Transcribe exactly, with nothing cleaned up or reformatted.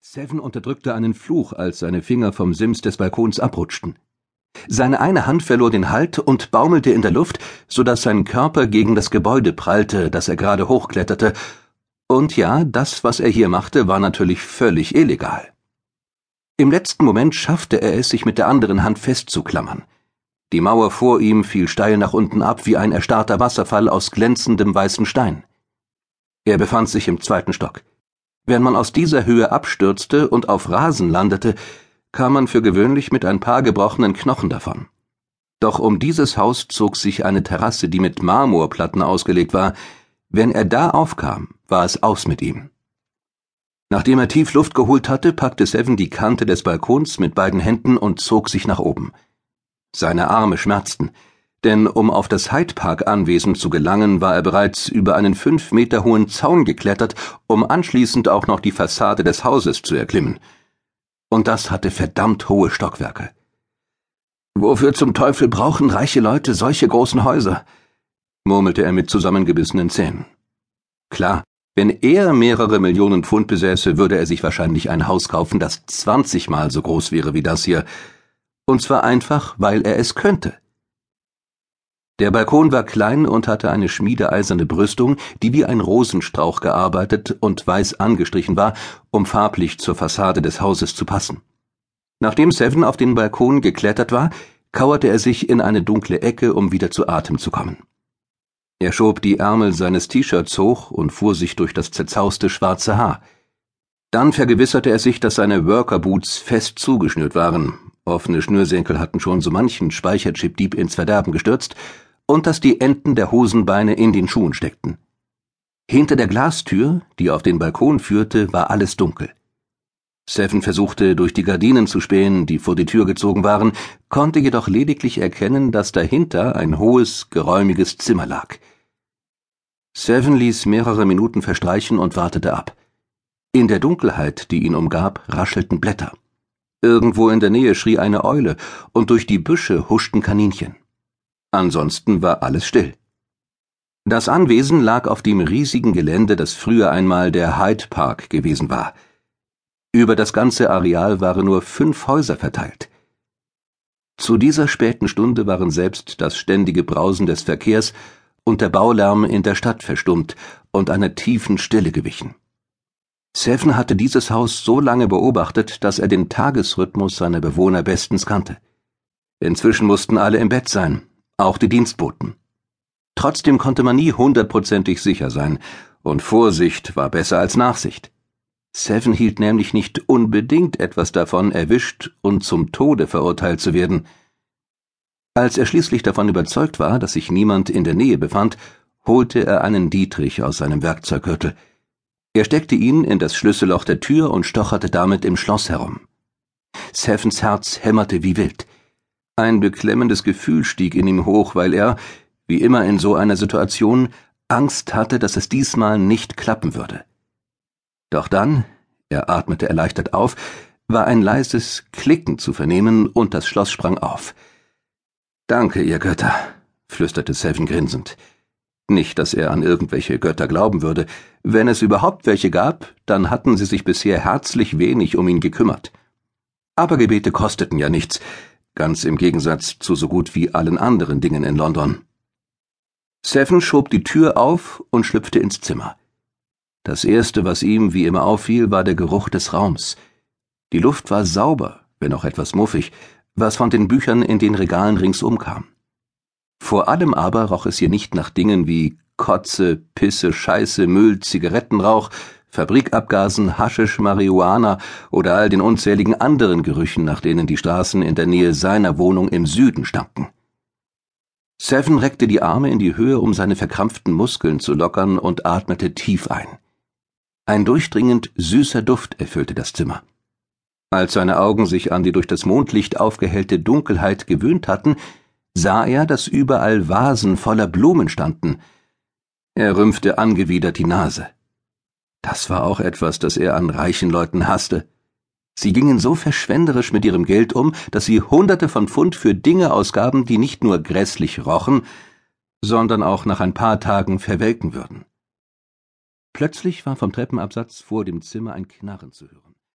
Seven unterdrückte einen Fluch, als seine Finger vom Sims des Balkons abrutschten. Seine eine Hand verlor den Halt und baumelte in der Luft, so dass sein Körper gegen das Gebäude prallte, das er gerade hochkletterte. Und ja, das, was er hier machte, war natürlich völlig illegal. Im letzten Moment schaffte er es, sich mit der anderen Hand festzuklammern. Die Mauer vor ihm fiel steil nach unten ab wie ein erstarrter Wasserfall aus glänzendem weißen Stein. Er befand sich im zweiten Stock. Wenn man aus dieser Höhe abstürzte und auf Rasen landete, kam man für gewöhnlich mit ein paar gebrochenen Knochen davon. Doch um dieses Haus zog sich eine Terrasse, die mit Marmorplatten ausgelegt war. Wenn er da aufkam, war es aus mit ihm. Nachdem er tief Luft geholt hatte, packte Seven die Kante des Balkons mit beiden Händen und zog sich nach oben. Seine Arme schmerzten, denn um auf das Hyde Park Anwesen zu gelangen, war er bereits über einen fünf Meter hohen Zaun geklettert, um anschließend auch noch die Fassade des Hauses zu erklimmen. Und das hatte verdammt hohe Stockwerke. »Wofür zum Teufel brauchen reiche Leute solche großen Häuser?« murmelte er mit zusammengebissenen Zähnen. Klar, wenn er mehrere Millionen Pfund besäße, würde er sich wahrscheinlich ein Haus kaufen, das zwanzigmal so groß wäre wie das hier. Und zwar einfach, weil er es könnte. Der Balkon war klein und hatte eine schmiedeeiserne Brüstung, die wie ein Rosenstrauch gearbeitet und weiß angestrichen war, um farblich zur Fassade des Hauses zu passen. Nachdem Seven auf den Balkon geklettert war, kauerte er sich in eine dunkle Ecke, um wieder zu Atem zu kommen. Er schob die Ärmel seines T-Shirts hoch und fuhr sich durch das zerzauste schwarze Haar. Dann vergewisserte er sich, dass seine Workerboots fest zugeschnürt waren. Offene Schnürsenkel hatten schon so manchen Speicherchip-Dieb ins Verderben gestürzt, und dass die Enden der Hosenbeine in den Schuhen steckten. Hinter der Glastür, die auf den Balkon führte, war alles dunkel. Seven versuchte, durch die Gardinen zu spähen, die vor die Tür gezogen waren, konnte jedoch lediglich erkennen, dass dahinter ein hohes, geräumiges Zimmer lag. Seven ließ mehrere Minuten verstreichen und wartete ab. In der Dunkelheit, die ihn umgab, raschelten Blätter. Irgendwo in der Nähe schrie eine Eule, und durch die Büsche huschten Kaninchen. Ansonsten war alles still. Das Anwesen lag auf dem riesigen Gelände, das früher einmal der Hyde Park gewesen war. Über das ganze Areal waren nur fünf Häuser verteilt. Zu dieser späten Stunde waren selbst das ständige Brausen des Verkehrs und der Baulärm in der Stadt verstummt und einer tiefen Stille gewichen. Seven hatte dieses Haus so lange beobachtet, dass er den Tagesrhythmus seiner Bewohner bestens kannte. Inzwischen mussten alle im Bett sein, auch die Dienstboten. Trotzdem konnte man nie hundertprozentig sicher sein, und Vorsicht war besser als Nachsicht. Seven hielt nämlich nicht unbedingt etwas davon, erwischt und zum Tode verurteilt zu werden. Als er schließlich davon überzeugt war, dass sich niemand in der Nähe befand, holte er einen Dietrich aus seinem Werkzeuggürtel. Er steckte ihn in das Schlüsselloch der Tür und stocherte damit im Schloss herum. Sevens Herz hämmerte wie wild. Ein beklemmendes Gefühl stieg in ihm hoch, weil er, wie immer in so einer Situation, Angst hatte, dass es diesmal nicht klappen würde. Doch dann, er atmete erleichtert auf, war ein leises Klicken zu vernehmen und das Schloss sprang auf. »Danke, ihr Götter«, flüsterte Seven grinsend. Nicht, dass er an irgendwelche Götter glauben würde. Wenn es überhaupt welche gab, dann hatten sie sich bisher herzlich wenig um ihn gekümmert. Aber Gebete kosteten ja nichts, ganz im Gegensatz zu so gut wie allen anderen Dingen in London. Seven schob die Tür auf und schlüpfte ins Zimmer. Das Erste, was ihm wie immer auffiel, war der Geruch des Raums. Die Luft war sauber, wenn auch etwas muffig, was von den Büchern in den Regalen ringsum kam. Vor allem aber roch es hier nicht nach Dingen wie Kotze, Pisse, Scheiße, Müll, Zigarettenrauch, Fabrikabgasen, Haschisch, Marihuana oder all den unzähligen anderen Gerüchen, nach denen die Straßen in der Nähe seiner Wohnung im Süden stanken. Seven reckte die Arme in die Höhe, um seine verkrampften Muskeln zu lockern, und atmete tief ein. Ein durchdringend süßer Duft erfüllte das Zimmer. Als seine Augen sich an die durch das Mondlicht aufgehellte Dunkelheit gewöhnt hatten, sah er, dass überall Vasen voller Blumen standen. Er rümpfte angewidert die Nase. Das war auch etwas, das er an reichen Leuten hasste. Sie gingen so verschwenderisch mit ihrem Geld um, dass sie Hunderte von Pfund für Dinge ausgaben, die nicht nur grässlich rochen, sondern auch nach ein paar Tagen verwelken würden. Plötzlich war vom Treppenabsatz vor dem Zimmer ein Knarren zu hören.